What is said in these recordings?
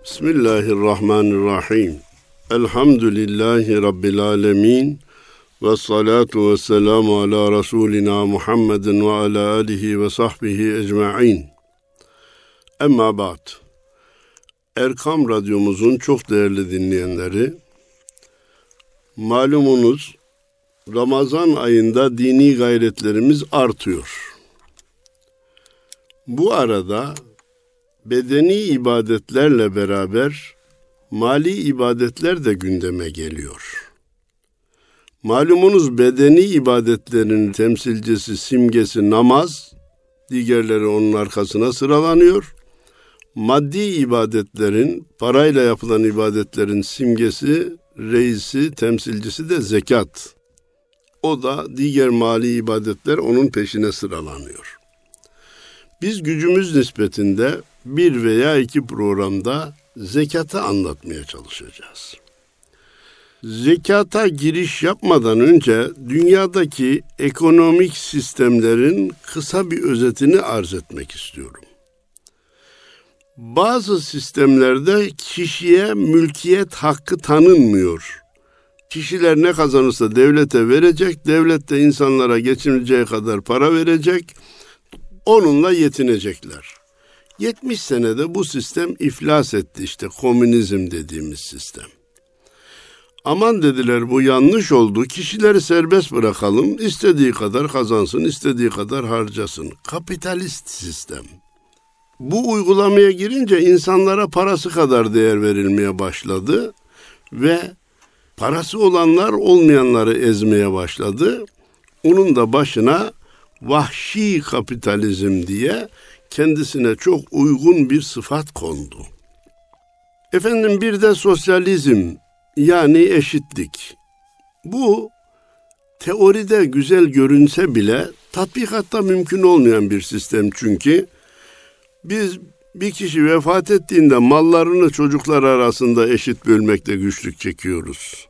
Bismillahirrahmanirrahim. Elhamdülillahi Rabbil alemin. Ve salatu ve selamu ala Resulina Muhammedin ve ala alihi ve sahbihi ecma'in. Emma ba'd. Erkam Radyomuzun çok değerli dinleyenleri, malumunuz Ramazan ayında dini gayretlerimiz artıyor. Bu arada bedeni ibadetlerle beraber mali ibadetler de gündeme geliyor. Malumunuz bedeni ibadetlerin temsilcisi, simgesi namaz, diğerleri onun arkasına sıralanıyor. Maddi ibadetlerin, parayla yapılan ibadetlerin simgesi, reisi, temsilcisi de zekat. O da diğer mali ibadetler onun peşine sıralanıyor. Biz gücümüz nispetinde bir veya iki programda zekatı anlatmaya çalışacağız. Zekata giriş yapmadan önce dünyadaki ekonomik sistemlerin kısa bir özetini arz etmek istiyorum. Bazı sistemlerde kişiye mülkiyet hakkı tanınmıyor. Kişiler ne kazanırsa devlete verecek, devlet de insanlara geçineceği kadar para verecek, onunla yetinecekler. 70 senede bu sistem iflas etti, işte komünizm dediğimiz sistem. Aman dediler, bu yanlış oldu, kişileri serbest bırakalım, istediği kadar kazansın, istediği kadar harcasın. Kapitalist sistem. Bu uygulamaya girince insanlara parası kadar değer verilmeye başladı ve parası olanlar olmayanları ezmeye başladı. Onun da başına vahşi kapitalizm diye kendisine çok uygun bir sıfat kondu. Efendim, bir de sosyalizm, yani eşitlik. Bu teoride güzel görünse bile tatbikatta mümkün olmayan bir sistem, çünkü biz bir kişi vefat ettiğinde mallarını çocuklar arasında eşit bölmekte güçlük çekiyoruz.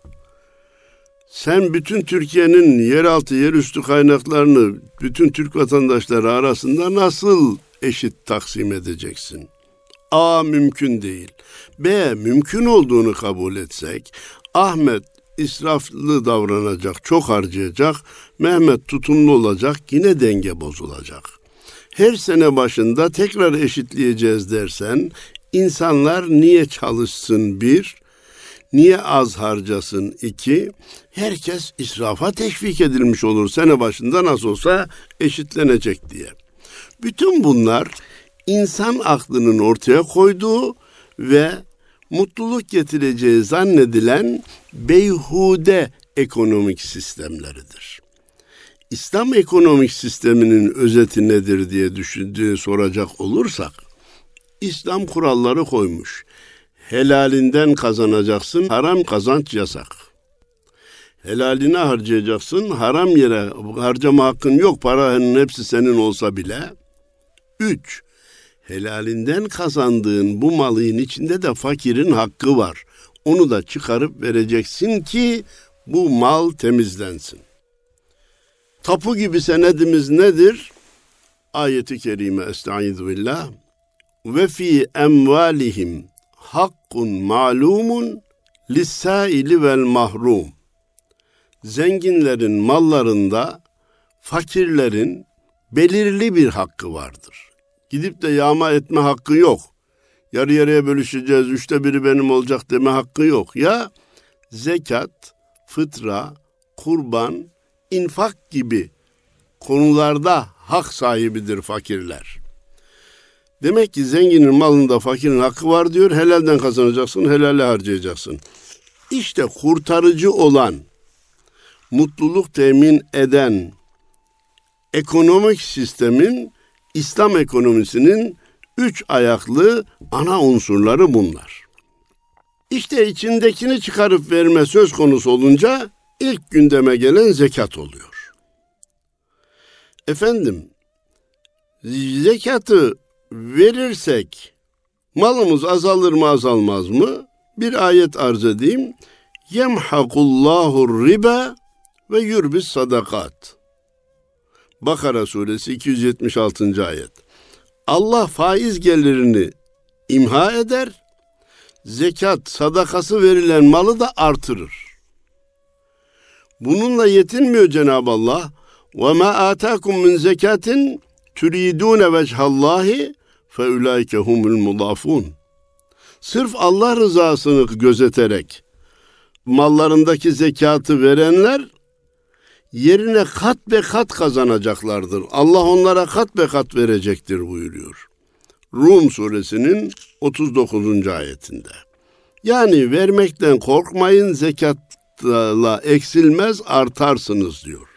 Sen bütün Türkiye'nin yeraltı, yerüstü kaynaklarını bütün Türk vatandaşları arasında nasıl eşit taksim edeceksin? A, mümkün değil. B, mümkün olduğunu kabul etsek, Ahmet israflı davranacak, çok harcayacak, Mehmet tutumlu olacak, yine denge bozulacak. Her sene başında tekrar eşitleyeceğiz dersen, insanlar niye çalışsın? Bir, niye az harcasın? İki, herkes israfa teşvik edilmiş olur. Sene başında nasıl olsa eşitlenecek diye. Bütün bunlar insan aklının ortaya koyduğu ve mutluluk getireceği zannedilen beyhude ekonomik sistemleridir. İslam ekonomik sisteminin özeti nedir diye soracak olursak, İslam kuralları koymuş. Helalinden kazanacaksın, haram kazanç yasak. Helaline harcayacaksın, haram yere harcama hakkın yok, paranın hepsi senin olsa bile. 3. Helalinden kazandığın bu malın içinde de fakirin hakkı var. Onu da çıkarıp vereceksin ki bu mal temizlensin. Tapu gibi senedimiz nedir? Ayet-i kerime, estaizu billah. Ve fi emvalihim hakkun ma'lumun lis-sâili vel mahrum. Zenginlerin mallarında fakirlerin belirli bir hakkı vardır. Gidip de yağma etme hakkı yok. Yarı yarıya bölüşeceğiz, 1/3 benim olacak deme hakkı yok. Ya zekat, fıtra, kurban, infak gibi konularda hak sahibidir fakirler. Demek ki zenginin malında fakirin hakkı var diyor. Helalden kazanacaksın, helale harcayacaksın. İşte kurtarıcı olan, mutluluk temin eden ekonomik sistemin, İslam ekonomisinin 3 ayaklı ana unsurları bunlar. İşte içindekini çıkarıp verme söz konusu olunca ilk gündeme gelen zekat oluyor. Efendim, zekatı verirsek malımız azalır mı, azalmaz mı? Bir ayet arz edeyim. Yemhakullahu riba ve yurbis sadakat. Bakara suresi 276. ayet. Allah faiz gelirini imha eder, zekat, sadakası verilen malı da artırır. Bununla yetinmiyor Cenab-ı Allah. وَمَا آتَاكُمْ مِنْ زَكَاتٍ تُرِيدُونَ وَجْهَ اللّٰهِ فَاُولَٰئِكَ هُمُ الْمُضَافُونَ. Sırf Allah rızasını gözeterek mallarındaki zekatı verenler yerine kat be kat kazanacaklardır. Allah onlara kat be kat verecektir buyuruyor. Rum suresinin 39. ayetinde. Yani vermekten korkmayın, zekatla eksilmez, artarsınız diyor.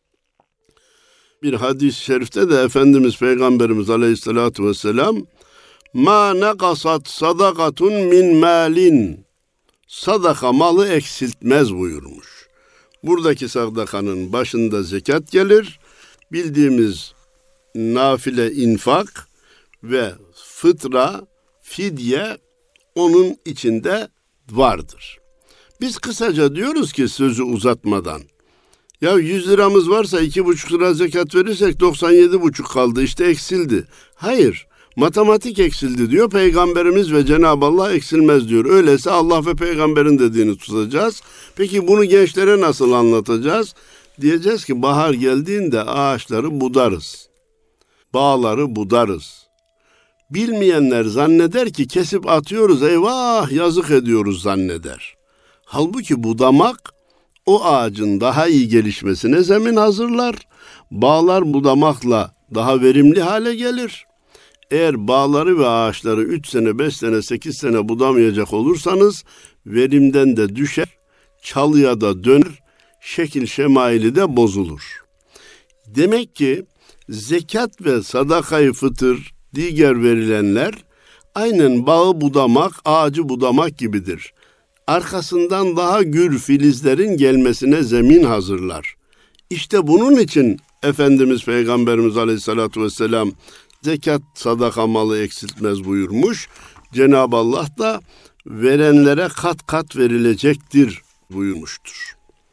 Bir hadis-i şerifte de Efendimiz Peygamberimiz Aleyhisselatü Vesselam ma nekasat sadakatun min malin, sadaka malı eksiltmez buyurmuş. Buradaki sadakanın başında zekat gelir. Bildiğimiz nafile infak ve fıtra, fidye onun içinde vardır. Biz kısaca diyoruz ki sözü uzatmadan, ya 100 liramız varsa 2,5 lira zekat verirsek 97,5 kaldı, işte eksildi. Hayır, matematik eksildi diyor Peygamberimiz ve Cenab-ı Allah eksilmez diyor. Öyleyse Allah ve Peygamberin dediğini tutacağız. Peki bunu gençlere nasıl anlatacağız? Diyeceğiz ki bahar geldiğinde ağaçları budarız, bağları budarız. Bilmeyenler zanneder ki kesip atıyoruz, eyvah yazık ediyoruz zanneder. Halbuki budamak o ağacın daha iyi gelişmesine zemin hazırlar. Bağlar budamakla daha verimli hale gelir. Eğer bağları ve ağaçları 3 sene, 5 sene, 8 sene budamayacak olursanız verimden de düşer, çalıya da döner, şekil şemaili de bozulur. Demek ki zekat ve sadakayı fıtır, diğer verilenler aynen bağı budamak, ağacı budamak gibidir. Arkasından daha gür filizlerin gelmesine zemin hazırlar. İşte bunun için Efendimiz Peygamberimiz Aleyhisselatü Vesselam zekat, sadaka malı eksiltmez buyurmuş. Cenab-ı Allah da verenlere kat kat verilecektir buyurmuştur.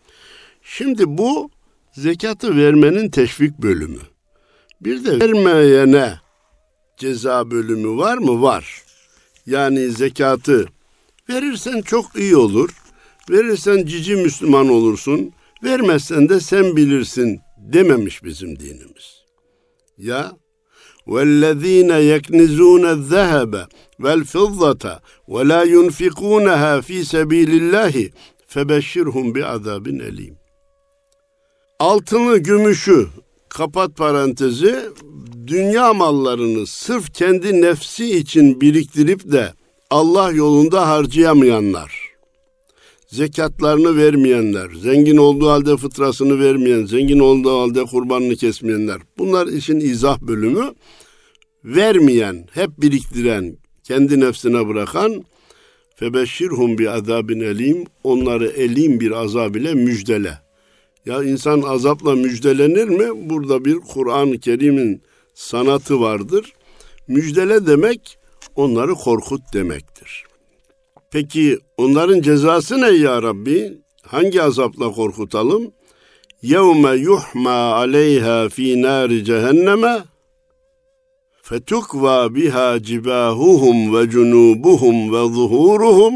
Şimdi bu zekatı vermenin teşvik bölümü. Bir de vermeyene ceza bölümü var mı? Var. Yani zekatı verirsen çok iyi olur. Verirsen cici Müslüman olursun. Vermezsen de sen bilirsin dememiş bizim dinimiz. Ya وَالَّذ۪ينَ يَكْنِزُونَ الذَّهَبَ وَالْفِضَّةَ وَلَا يُنْفِقُونَهَا ف۪ي سَب۪يلِ اللّٰهِ فَبَشِّرْهُمْ بِعَذَابٍ اَل۪يمٍ. Altını, gümüşü, kapat parantezi, dünya mallarını sırf kendi nefsi için biriktirip de Allah yolunda harcayamayanlar, zekatlarını vermeyenler, zengin olduğu halde fıtrasını vermeyen, zengin olduğu halde kurbanını kesmeyenler, bunlar için izah bölümü. Vermeyen, hep biriktiren, kendi nefsine bırakan, febeşşirhum bi azabin elim, onları elim bir azab ile müjdele. Ya insan azapla müjdelenir mi? Burada bir Kur'an-ı Kerim'in sanatı vardır. Müjdele demek, onları korkut demektir. Peki onların cezası ne ya Rabbi? Hangi azapla korkutalım? يَوْمَ يُحْمَى عَلَيْهَا ف۪ي نَارِ جَهَنَّمَ فَتُكْوَى بِهَا جِبَاهُهُمْ وَجُنُوبُهُمْ وَظُهُورُهُمْ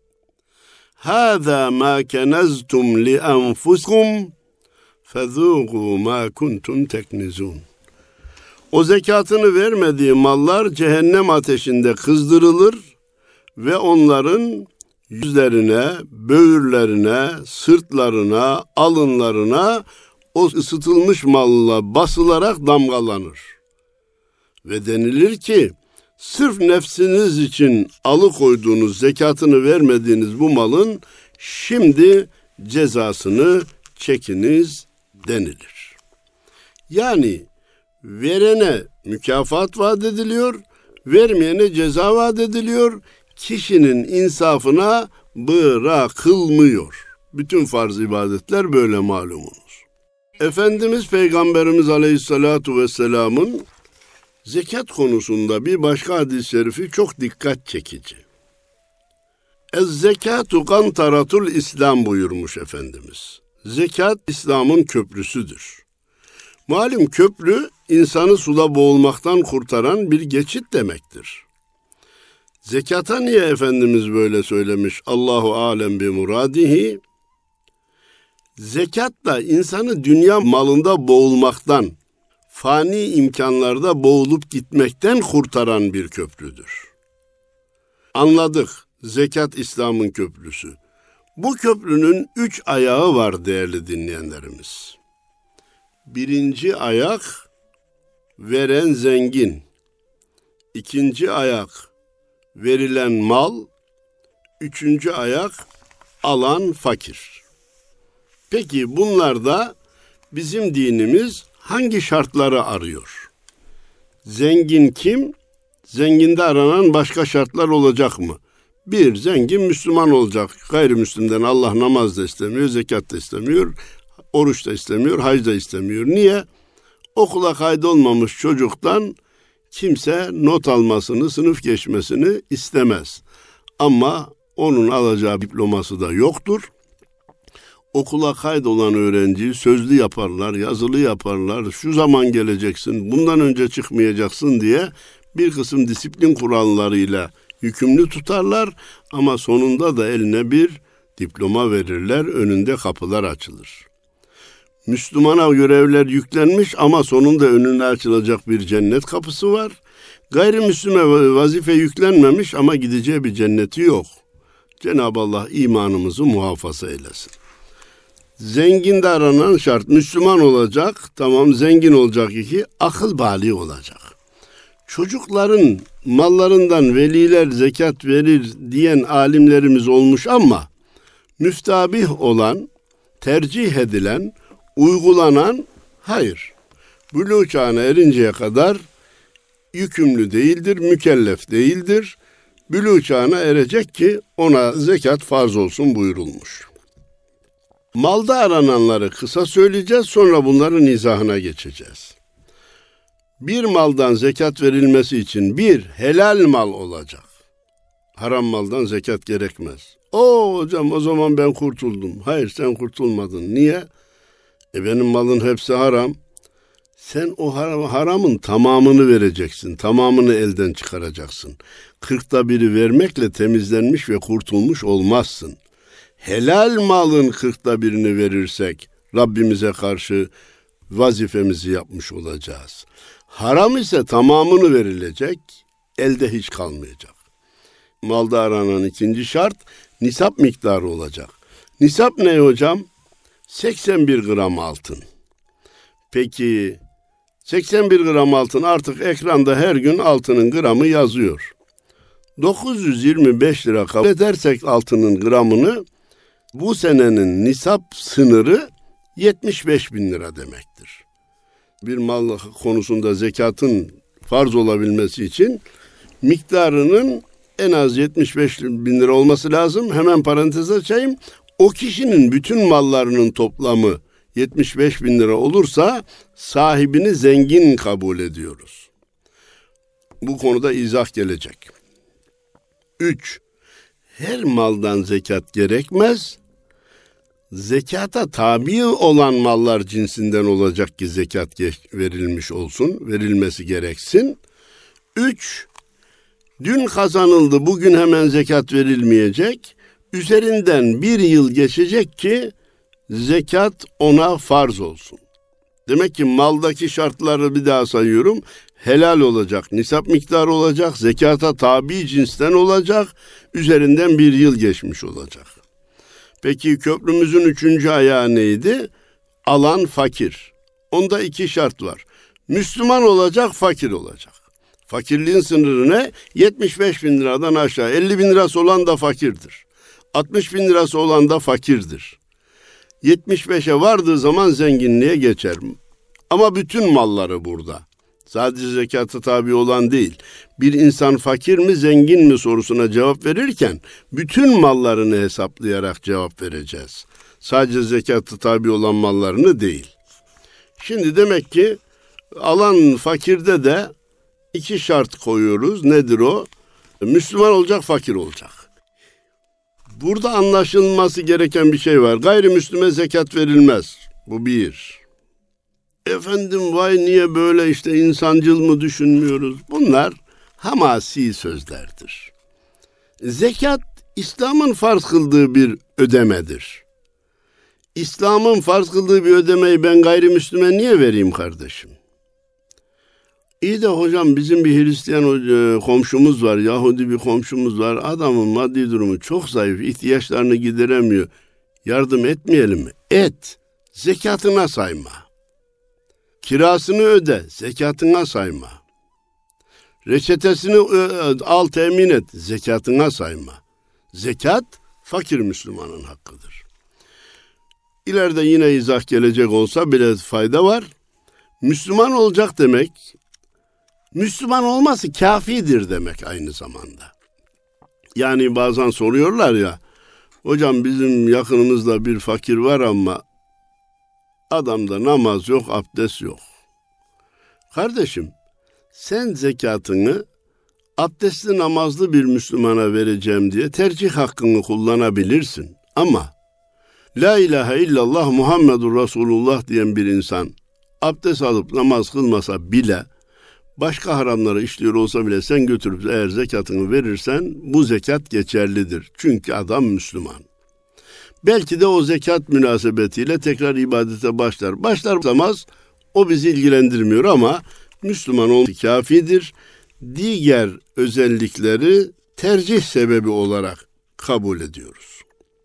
هَذَا مَا كَنَزْتُمْ لِأَنْفُسِكُمْ فَذُوقُوا مَا كُنْتُمْ تَكْنِزُونَ. O zekatını vermediği mallar cehennem ateşinde kızdırılır ve onların yüzlerine, böğürlerine, sırtlarına, alınlarına o ısıtılmış malla basılarak damgalanır. Ve denilir ki, sırf nefsiniz için alıkoyduğunuz, zekatını vermediğiniz bu malın şimdi cezasını çekiniz denilir. Yani verene mükafat vaat ediliyor, vermeyene ceza vaat ediliyor, kişinin insafına bırakılmıyor. Bütün farz ibadetler böyle malumunuz. Efendimiz Peygamberimiz Aleyhisselatü Vesselam'ın zekat konusunda bir başka hadis-i şerifi çok dikkat çekici. Ez-zekatu kantaratul İslam buyurmuş Efendimiz. Zekat İslam'ın köprüsüdür. Malum köprü insanı suda boğulmaktan kurtaran bir geçit demektir. Zekata niye Efendimiz böyle söylemiş? Allahu alem bi muradihi. Zekat da insanı dünya malında boğulmaktan, fani imkanlarda boğulup gitmekten kurtaran bir köprüdür. Anladık. Zekat İslam'ın köprüsü. Bu köprünün 3 ayağı var değerli dinleyenlerimiz. Birinci ayak veren zengin. İkinci ayak verilen mal. Üçüncü ayak alan fakir. Peki bunlarda bizim dinimiz hangi şartları arıyor? Zengin kim? Zenginde aranan başka şartlar olacak mı? Bir, zengin Müslüman olacak. Gayrimüslimden Allah namaz da istemiyor, zekat da istemiyor, oruç da istemiyor, hac da istemiyor. Niye? Okula kaydolmamış çocuktan kimse not almasını, sınıf geçmesini istemez. Ama onun alacağı diploması da yoktur. Okula kaydolan öğrenciyi sözlü yaparlar, yazılı yaparlar. Şu zaman geleceksin, bundan önce çıkmayacaksın diye bir kısım disiplin kurallarıyla yükümlü tutarlar ama sonunda da eline bir diploma verirler, önünde kapılar açılır. Müslümana görevler yüklenmiş ama sonunda önüne açılacak bir cennet kapısı var. Gayrimüslime vazife yüklenmemiş ama gideceği bir cenneti yok. Cenab-ı Allah imanımızı muhafaza eylesin. Zenginde aranan şart Müslüman olacak, tamam zengin olacak iki, akıl bali olacak. Çocukların mallarından veliler zekat verir diyen alimlerimiz olmuş ama müftabih olan, tercih edilen, uygulanan hayır. Buluğ çağına erinceye kadar yükümlü değildir, mükellef değildir. Buluğ çağına erecek ki ona zekat farz olsun buyurulmuş. Malda arananları kısa söyleyeceğiz, sonra bunların izahına geçeceğiz. Bir maldan zekat verilmesi için bir, helal mal olacak. Haram maldan zekat gerekmez. Hocam o zaman ben kurtuldum. Hayır sen kurtulmadın. Niye? Benim malın hepsi haram. Sen o haramın tamamını vereceksin. Tamamını elden çıkaracaksın. 1/40 vermekle temizlenmiş ve kurtulmuş olmazsın. Helal malın 1/40 verirsek Rabbimize karşı vazifemizi yapmış olacağız. Haram ise tamamını verilecek, elde hiç kalmayacak. Malda aranan ikinci şart nisap miktarı olacak. Nisap ne hocam? 81 gram altın. Peki 81 gram altın artık ekranda her gün altının gramı yazıyor. 925 lira kabul edersek altının gramını bu senenin nisap sınırı 75 bin lira demektir. Bir mal konusunda zekatın farz olabilmesi için miktarının en az 75 bin lira olması lazım. Hemen parantez açayım. O kişinin bütün mallarının toplamı 75 bin lira olursa sahibini zengin kabul ediyoruz. Bu konuda izah gelecek. 3. Her maldan zekat gerekmez. Zekata tabi olan mallar cinsinden olacak ki zekat verilmiş olsun, verilmesi gereksin. 3. Dün kazanıldı, bugün hemen zekat verilmeyecek. Üzerinden 1 yıl geçecek ki zekat ona farz olsun. Demek ki maldaki şartları bir daha sayıyorum. Helal olacak, nisap miktarı olacak, zekata tabi cinsten olacak, üzerinden 1 yıl geçmiş olacak. Peki köprümüzün 3. ayağı neydi? Alan fakir. Onda 2 şart var. Müslüman olacak, fakir olacak. Fakirliğin sınırı ne? 75 bin liradan aşağı. 50 bin lirası olan da fakirdir. 60 bin lirası olan da fakirdir. 75'e vardığı zaman zenginliğe geçer. Ama bütün malları burada. Sadece zekata tabi olan değil. Bir insan fakir mi, zengin mi sorusuna cevap verirken bütün mallarını hesaplayarak cevap vereceğiz. Sadece zekata tabi olan mallarını değil. Şimdi demek ki alan fakirde de 2 şart koyuyoruz. Nedir o? Müslüman olacak, fakir olacak. Burada anlaşılması gereken bir şey var. Gayrimüslime zekat verilmez. Bu bir. Efendim vay niye böyle işte insancıl mı düşünmüyoruz? Bunlar hamasi sözlerdir. Zekat, İslam'ın farz kıldığı bir ödemedir. İslam'ın farz kıldığı bir ödemeyi ben gayrimüslime niye vereyim kardeşim? İyi de hocam bizim bir Hristiyan komşumuz var, Yahudi bir komşumuz var. Adamın maddi durumu çok zayıf, ihtiyaçlarını gideremiyor. Yardım etmeyelim mi? Et, zekatına sayma. Kirasını öde, zekatına sayma. Reçetesini al, temin et, zekatına sayma. Zekat, fakir Müslümanın hakkıdır. İleride yine izah gelecek olsa bile fayda var. Müslüman olacak demek, Müslüman olması kafidir demek aynı zamanda. Yani bazen soruyorlar ya, hocam bizim yakınımızda bir fakir var ama adamda namaz yok, abdest yok. Kardeşim, sen zekatını abdestli namazlı bir Müslümana vereceğim diye tercih hakkını kullanabilirsin. Ama La ilahe illallah Muhammedur Resulullah diyen bir insan abdest alıp namaz kılmasa bile, başka haramları işliyor olsa bile sen götürüp eğer zekatını verirsen bu zekat geçerlidir. Çünkü adam Müslüman. Belki de o zekat münasebetiyle tekrar ibadete başlar. Başlamaz o bizi ilgilendirmiyor ama Müslüman olması kafidir. Diğer özellikleri tercih sebebi olarak kabul ediyoruz.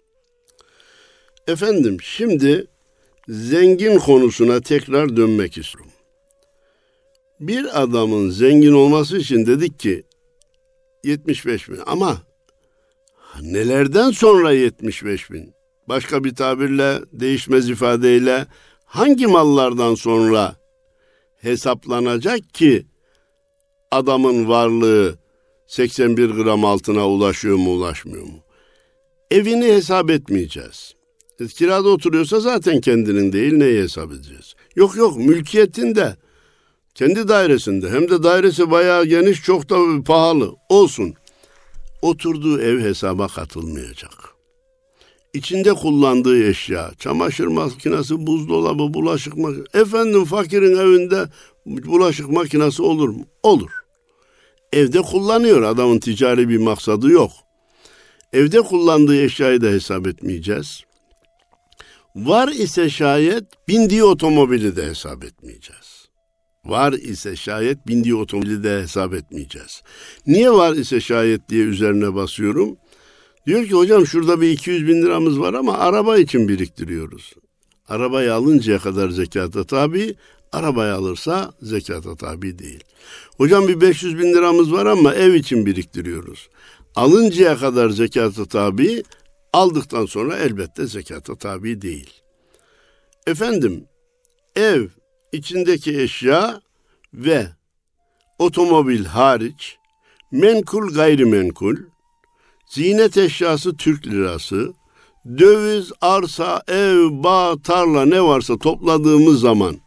Efendim şimdi zengin konusuna tekrar dönmek istiyorum. Bir adamın zengin olması için dedik ki 75 bin ama nelerden sonra 75 bin? Başka bir tabirle, değişmez ifadeyle hangi mallardan sonra hesaplanacak ki adamın varlığı 81 gram altına ulaşıyor mu ulaşmıyor mu? Evini hesap etmeyeceğiz. Kirada oturuyorsa zaten kendinin değil, neyi hesap edeceğiz? Yok mülkiyetinde, kendi dairesinde, hem de dairesi bayağı geniş, çok da pahalı olsun. Oturduğu ev hesaba katılmayacak. İçinde kullandığı eşya, çamaşır makinesi, buzdolabı, bulaşık makinesi. Efendim fakirin evinde bulaşık makinesi olur mu? Olur. Evde kullanıyor, adamın ticari bir maksadı yok. Evde kullandığı eşyayı da hesap etmeyeceğiz. Var ise şayet bindiği otomobili de hesap etmeyeceğiz. Var ise şayet bindiği otomobili de hesap etmeyeceğiz. Niye var ise şayet diye üzerine basıyorum? Diyor ki hocam şurada bir 200 bin liramız var ama araba için biriktiriyoruz. Arabayı alıncaya kadar zekata tabi, arabayı alırsa zekata tabi değil. Hocam bir 500 bin liramız var ama ev için biriktiriyoruz. Alıncaya kadar zekata tabi, aldıktan sonra elbette zekata tabi değil. Efendim, ev, içindeki eşya ve otomobil hariç, menkul gayrimenkul, ziynet eşyası Türk lirası, döviz, arsa, ev, bağ, tarla ne varsa topladığımız zaman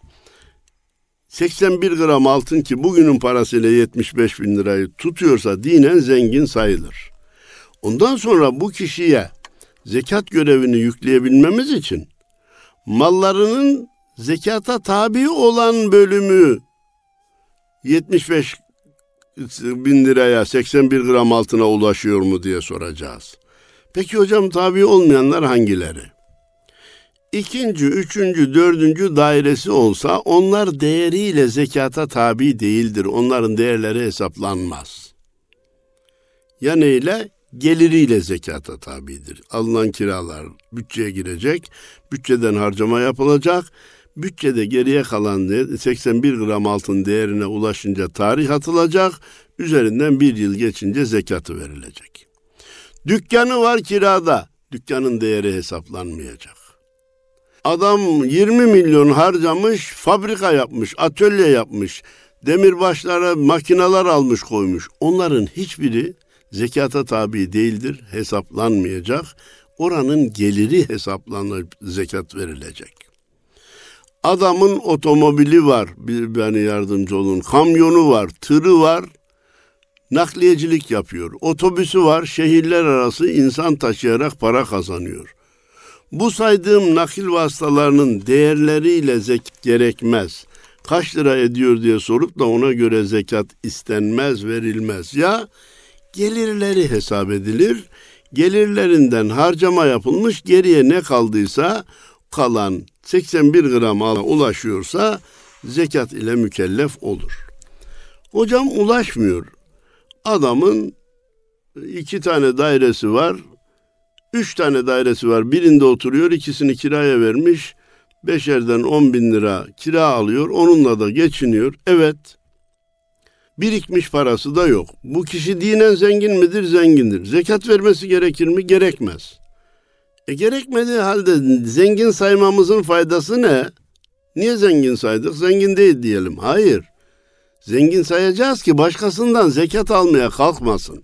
81 gram altın ki bugünün parasıyla 75 bin lirayı tutuyorsa dinen zengin sayılır. Ondan sonra bu kişiye zekat görevini yükleyebilmemiz için mallarının zekata tabi olan bölümü 75 bin liraya 81 gram altına ulaşıyor mu diye soracağız. Peki hocam tabi olmayanlar hangileri? İkinci, üçüncü, dördüncü dairesi olsa onlar değeriyle zekata tabi değildir. Onların değerleri hesaplanmaz. Ya neyle? Geliriyle zekata tabidir. Alınan kiralar bütçeye girecek, bütçeden harcama yapılacak, bütçede geriye kalan 81 gram altın değerine ulaşınca tarih atılacak, üzerinden bir yıl geçince zekatı verilecek. Dükkanı var kirada, dükkanın değeri hesaplanmayacak. Adam 20 milyon harcamış, fabrika yapmış, atölye yapmış, demirbaşlara makineler almış koymuş. Onların hiçbiri zekata tabi değildir, hesaplanmayacak. Oranın geliri hesaplanıp zekat verilecek. Adamın otomobili var, bana yardımcı olun, kamyonu var, tırı var, nakliyecilik yapıyor. Otobüsü var, şehirler arası insan taşıyarak para kazanıyor. Bu saydığım nakil vasıtalarının değerleriyle zekat gerekmez. Kaç lira ediyor diye sorup da ona göre zekat istenmez, verilmez. Ya gelirleri hesap edilir. Gelirlerinden harcama yapılmış, geriye ne kaldıysa kalan 81 grama ulaşıyorsa zekat ile mükellef olur. Hocam ulaşmıyor. Adamın 2 tane dairesi var, 3 tane dairesi var. Birinde oturuyor, ikisini kiraya vermiş. 5'erden 10 bin lira kira alıyor, onunla da geçiniyor. Evet, birikmiş parası da yok. Bu kişi dinen zengin midir? Zengindir. Zekat vermesi gerekir mi? Gerekmez. Gerekmediği halde zengin saymamızın faydası ne? Niye zengin saydık? Zengin değil diyelim. Hayır. Zengin sayacağız ki başkasından zekat almaya kalkmasın.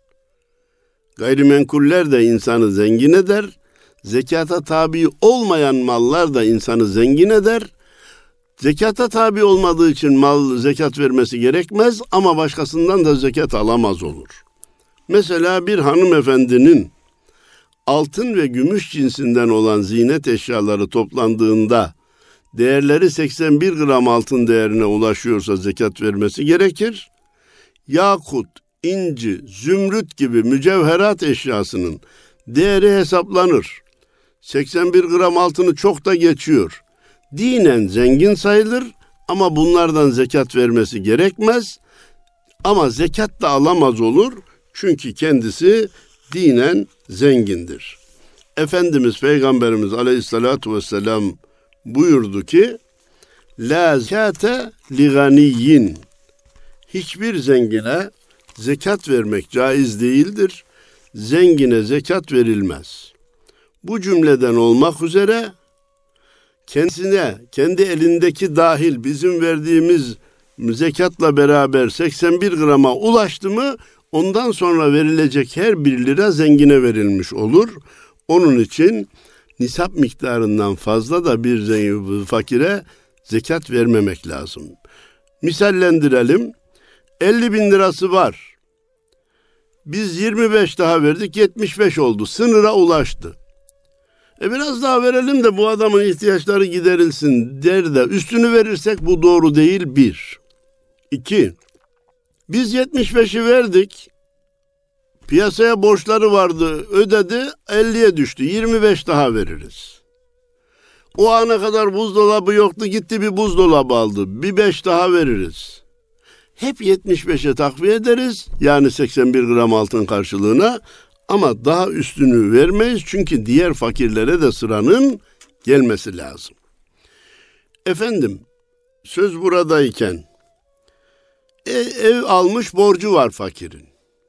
Gayrimenkuller de insanı zengin eder. Zekata tabi olmayan mallar da insanı zengin eder. Zekata tabi olmadığı için mal zekat vermesi gerekmez ama başkasından da zekat alamaz olur. Mesela bir hanımefendinin altın ve gümüş cinsinden olan ziynet eşyaları toplandığında değerleri 81 gram altın değerine ulaşıyorsa zekat vermesi gerekir. Yakut, inci, zümrüt gibi mücevherat eşyasının değeri hesaplanır. 81 gram altını çok da geçiyor. Dinen zengin sayılır ama bunlardan zekat vermesi gerekmez. Ama zekat da alamaz olur çünkü kendisi dinen zengindir. Efendimiz Peygamberimiz Aleyhissalatu vesselam buyurdu ki la zekate li ganiyyin, hiçbir zengine zekat vermek caiz değildir. Zengine zekat verilmez. Bu cümleden olmak üzere kendisine, kendi elindeki dahil bizim verdiğimiz zekatla beraber 81 grama ulaştı mı ondan sonra verilecek her 1 lira zengine verilmiş olur. Onun için nisap miktarından fazla da bir zengin fakire zekat vermemek lazım. Misallendirelim. 50 bin lirası var. Biz 25 daha verdik, 75 oldu. Sınıra ulaştı. Biraz daha verelim de bu adamın ihtiyaçları giderilsin der de üstünü verirsek bu doğru değil 1. 2. Biz 75'i verdik. Piyasaya borçları vardı, ödedi, 50'ye düştü. 25 daha veririz. O ana kadar buzdolabı yoktu, gitti bir buzdolabı aldı. Bir 5 daha veririz. Hep 75'e takviye ederiz. Yani 81 gram altın karşılığına. Ama daha üstünü vermeyiz çünkü diğer fakirlere de sıranın gelmesi lazım. Efendim, söz buradayken ev almış, borcu var fakirin.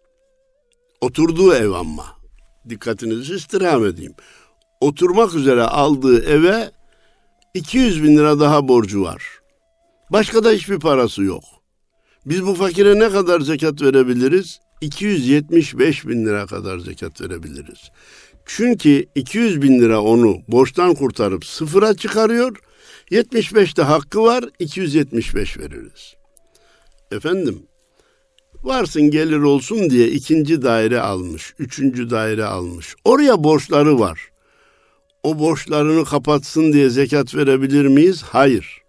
Oturduğu ev ama. Dikkatinizi istirham edeyim. Oturmak üzere aldığı eve 200 bin lira daha borcu var. Başka da hiçbir parası yok. Biz bu fakire ne kadar zekat verebiliriz? 275 bin lira kadar zekat verebiliriz. Çünkü 200 bin lira onu borçtan kurtarıp sıfıra çıkarıyor. 75'te hakkı var, 275 veririz. Efendim, varsın gelir olsun diye 2. daire almış, 3. daire almış. Oraya borçları var. O borçlarını kapatsın diye zekat verebilir miyiz? Hayır.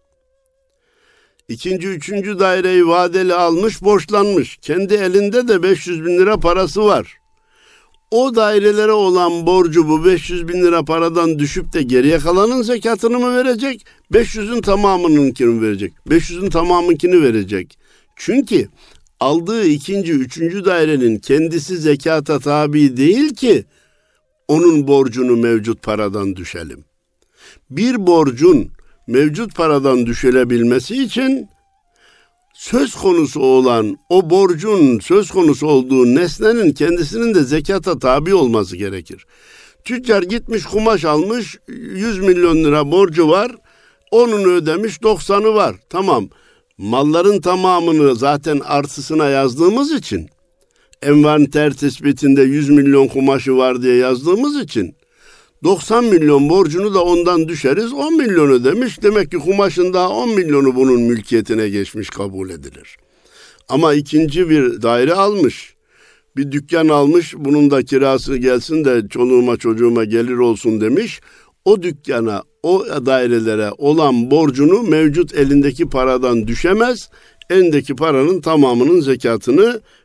2. 3. daireyi vadeli almış, borçlanmış. Kendi elinde de 500 bin lira parası var. O dairelere olan borcu bu 500 bin lira paradan düşüp de geriye kalanın zekatını mı verecek? 500'ün tamamınınkini mi verecek? 500'ün tamamınkini verecek. Çünkü aldığı 2. 3. dairenin kendisi zekata tabi değil ki onun borcunu mevcut paradan düşelim. Bir borcun mevcut paradan düşülebilmesi için söz konusu olan o borcun söz konusu olduğu nesnenin kendisinin de zekata tabi olması gerekir. Tüccar gitmiş kumaş almış, 100 milyon lira borcu var, onun ödemiş 90'ı var. Tamam, malların tamamını zaten artısına yazdığımız için, envanter tespitinde 100 milyon kumaşı var diye yazdığımız için 90 milyon borcunu da ondan düşeriz. 10 milyon ödemiş. Demek ki kumaşın daha 10 milyonu bunun mülkiyetine geçmiş, kabul edilir. Ama ikinci bir daire almış. Bir dükkan almış. Bunun da kirası gelsin de çoluğuma çocuğuma gelir olsun demiş. O dükkana, o dairelere olan borcunu mevcut elindeki paradan düşemez. Elindeki paranın tamamının zekatını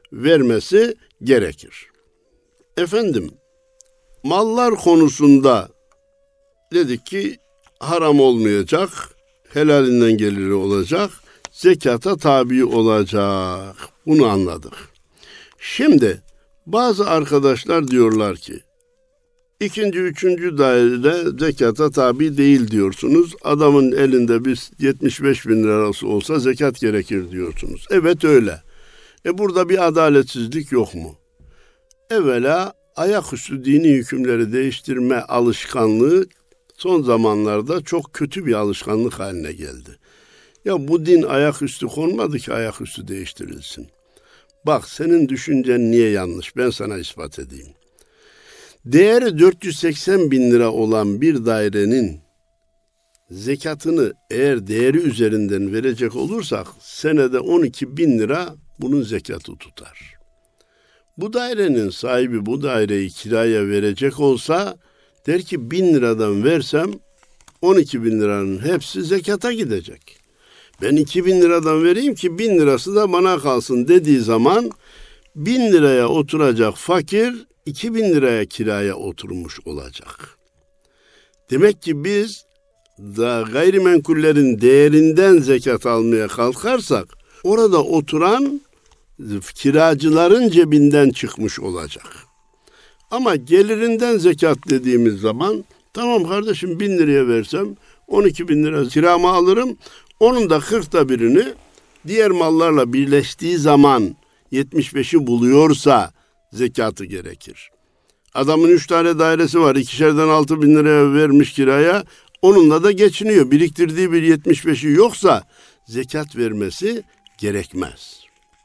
vermesi gerekir. Efendim, mallar konusunda dedik ki haram olmayacak, helalinden geliri olacak, zekata tabi olacak. Bunu anladık. Şimdi bazı arkadaşlar diyorlar ki, İkinci, üçüncü daire zekata tabi değil diyorsunuz. Adamın elinde bir 75 bin lirası olsa zekat gerekir diyorsunuz. Evet öyle. Burada bir adaletsizlik yok mu? Evvela ayaküstü dini hükümleri değiştirme alışkanlığı son zamanlarda çok kötü bir alışkanlık haline geldi. Ya bu din ayaküstü konmadı ki ayaküstü değiştirilsin. Bak senin düşüncen niye yanlış? Ben sana ispat edeyim. Değeri 480 bin lira olan bir dairenin zekatını eğer değeri üzerinden verecek olursak senede 12 bin lira bunun zekatı tutar. Bu dairenin sahibi bu daireyi kiraya verecek olsa der ki 1000 liradan versem 12 bin liranın hepsi zekata gidecek. Ben 2000 liradan vereyim ki 1000 lirası da bana kalsın dediği zaman 1000 liraya oturacak fakir 2000 liraya kiraya oturmuş olacak. Demek ki biz da gayrimenkullerin değerinden zekat almaya kalkarsak orada oturan kiracıların cebinden çıkmış olacak. Ama gelirinden zekat dediğimiz zaman tamam kardeşim 1000 liraya versem 12 bin lira kiramı alırım. Onun da 40'ta birini diğer mallarla birleştiği zaman 75'i buluyorsa zekatı gerekir. Adamın 3 tane dairesi var. 2'şerden 6 bin liraya vermiş kiraya. Onunla da geçiniyor. Biriktirdiği bir 75'i yoksa zekat vermesi gerekmez.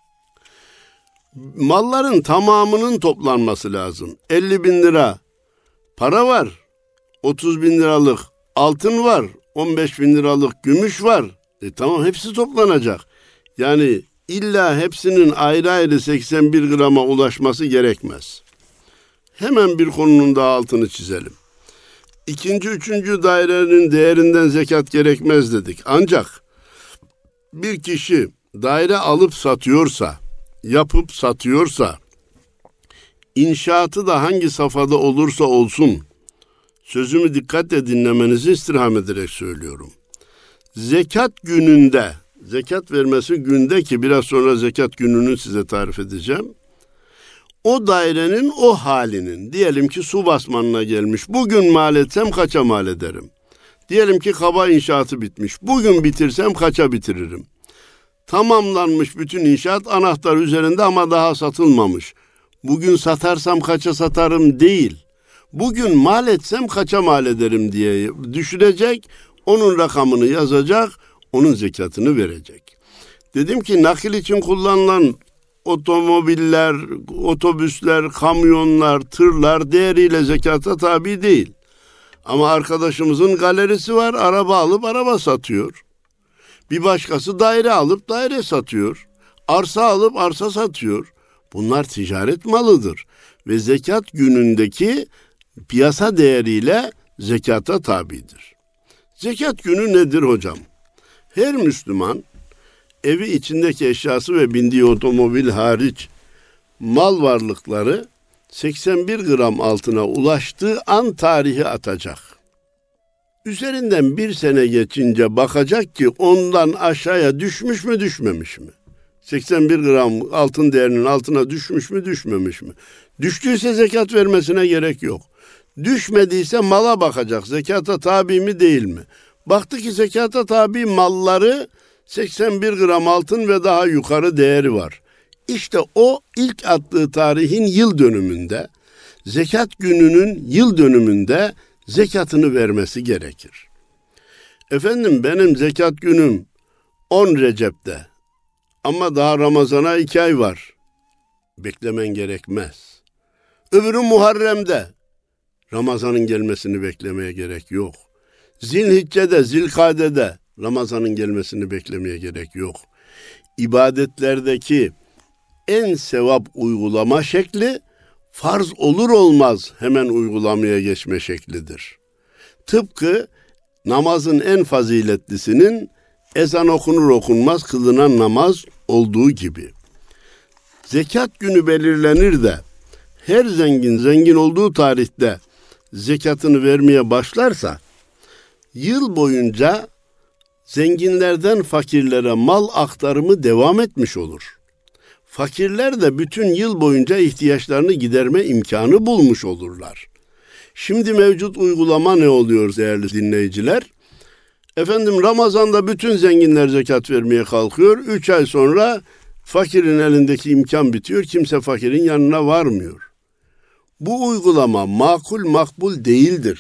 Malların tamamının toplanması lazım. 50 bin lira para var. 30 bin liralık altın var. 15 bin liralık gümüş var. Tamam hepsi toplanacak. Yani illa hepsinin ayrı ayrı 81 grama ulaşması gerekmez. Hemen bir konunun daha altını çizelim. İkinci, üçüncü dairenin değerinden zekat gerekmez dedik. Ancak bir kişi daire alıp satıyorsa, yapıp satıyorsa, inşaatı da hangi safhada olursa olsun, sözümü dikkatle dinlemenizi istirham ederek söylüyorum. Zekat gününde, zekat vermesi günde ki biraz sonra zekat gününü size tarif edeceğim. O dairenin o halinin, diyelim ki su basmanına gelmiş, bugün mal etsem kaça mal ederim? Diyelim ki kaba inşaatı bitmiş, bugün bitirsem kaça bitiririm? Tamamlanmış bütün inşaat anahtar üzerinde ama daha satılmamış. Bugün satarsam kaça satarım değil, bugün mal etsem kaça mal ederim diye düşünecek, onun rakamını yazacak, onun zekatını verecek. Dedim ki nakil için kullanılan otomobiller, otobüsler, kamyonlar, tırlar değeriyle zekata tabi değil. Ama arkadaşımızın galerisi var, araba alıp araba satıyor. Bir başkası daire alıp daire satıyor. Arsa alıp arsa satıyor. Bunlar ticaret malıdır. Ve zekat günündeki piyasa değeriyle zekata tabidir. Zekat günü nedir hocam? Her Müslüman evi içindeki eşyası ve bindiği otomobil hariç mal varlıkları 81 gram altına ulaştığı an tarihi atacak. Üzerinden bir sene geçince bakacak ki ondan aşağıya düşmüş mü düşmemiş mi? 81 gram altın değerinin altına düşmüş mü düşmemiş mi? Düştüyse zekat vermesine gerek yok. Düşmediyse mala bakacak. Zekata tabi mi değil mi? Baktı ki zekata tabi malları 81 gram altın ve daha yukarı değeri var. İşte o ilk attığı tarihin yıl dönümünde, zekat gününün yıl dönümünde zekatını vermesi gerekir. Efendim benim zekat günüm 10 Recep'te ama daha Ramazan'a 2 ay var. Beklemen gerekmez. Öbürü Muharrem'de. Ramazan'ın gelmesini beklemeye gerek yok. Zilhicce'de, Zilkade'de Ramazan'ın gelmesini beklemeye gerek yok. İbadetlerdeki en sevap uygulama şekli farz olur olmaz hemen uygulamaya geçme şeklidir. Tıpkı namazın en faziletlisinin ezan okunur okunmaz kılınan namaz olduğu gibi. Zekat günü belirlenir de her zengin olduğu tarihte zekatını vermeye başlarsa yıl boyunca zenginlerden fakirlere mal aktarımı devam etmiş olur. Fakirler de bütün yıl boyunca ihtiyaçlarını giderme imkanı bulmuş olurlar. Şimdi mevcut uygulama ne oluyor değerli dinleyiciler? Efendim Ramazan'da bütün zenginler zekat vermeye kalkıyor. 3 ay sonra fakirin elindeki imkan bitiyor. Kimse fakirin yanına varmıyor. Bu uygulama makbul değildir.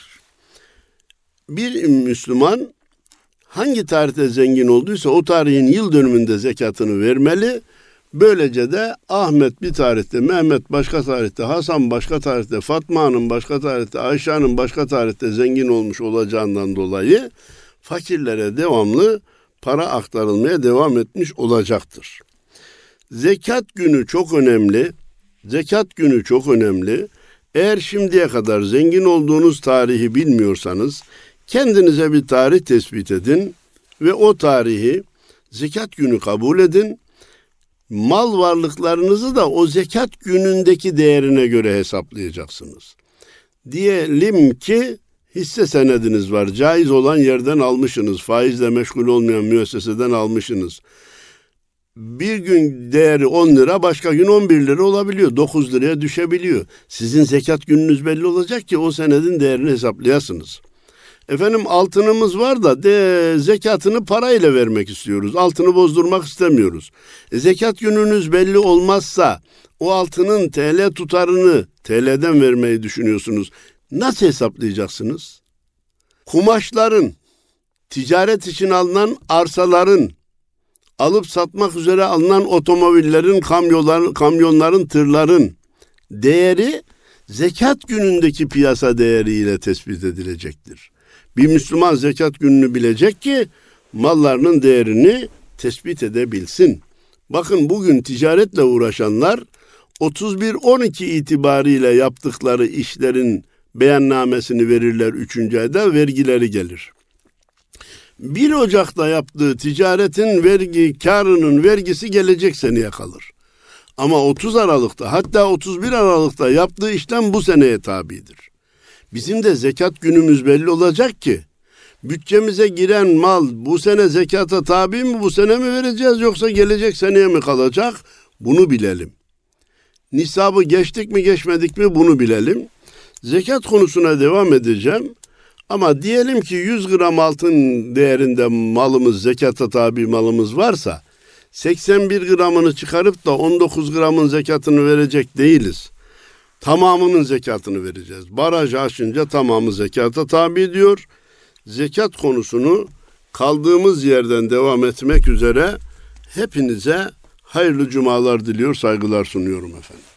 Bir Müslüman hangi tarihte zengin olduysa o tarihin yıl dönümünde zekatını vermeli. Böylece de Ahmet bir tarihte, Mehmet başka tarihte, Hasan başka tarihte, Fatma Hanım başka tarihte, Ayşe Hanım başka tarihte zengin olmuş olacağından dolayı fakirlere devamlı para aktarılmaya devam etmiş olacaktır. Zekat günü çok önemli. Zekat günü çok önemli. Eğer şimdiye kadar zengin olduğunuz tarihi bilmiyorsanız kendinize bir tarih tespit edin ve o tarihi zekat günü kabul edin. Mal varlıklarınızı da o zekat günündeki değerine göre hesaplayacaksınız. Diyelim ki hisse senediniz var. Caiz olan yerden almışsınız. Faizle meşgul olmayan müesseseden almışsınız. Bir gün değeri 10 lira, başka gün 11 lira olabiliyor. 9 liraya düşebiliyor. Sizin zekat gününüz belli olacak ki o senedin değerini hesaplayasınız. Efendim altınımız var da zekatını parayla vermek istiyoruz. Altını bozdurmak istemiyoruz. Zekat gününüz belli olmazsa o altının TL tutarını TL'den vermeyi düşünüyorsunuz. Nasıl hesaplayacaksınız? Kumaşların, ticaret için alınan arsaların, alıp satmak üzere alınan otomobillerin, kamyonların, tırların değeri zekat günündeki piyasa değeriyle tespit edilecektir. Bir Müslüman zekat gününü bilecek ki mallarının değerini tespit edebilsin. Bakın bugün ticaretle uğraşanlar 31-12 itibariyle yaptıkları işlerin beyannamesini verirler 3. ayda, vergileri gelir. 1 Ocak'ta yaptığı ticaretin karının vergisi gelecek seneye kalır. Ama 30 Aralık'ta hatta 31 Aralık'ta yaptığı işlem bu seneye tabidir. Bizim de zekat günümüz belli olacak ki bütçemize giren mal bu sene zekata tabi mi, bu sene mi vereceğiz yoksa gelecek seneye mi kalacak? Bunu bilelim. Nisabı geçtik mi geçmedik mi bunu bilelim. Zekat konusuna devam edeceğim. Ama diyelim ki 100 gram altın değerinde malımız, zekata tabi malımız varsa 81 gramını çıkarıp da 19 gramın zekatını verecek değiliz. Tamamının zekatını vereceğiz. Barajı aşınca tamamı zekata tabi diyor. Zekat konusunu kaldığımız yerden devam etmek üzere hepinize hayırlı cumalar diliyor, saygılar sunuyorum efendim.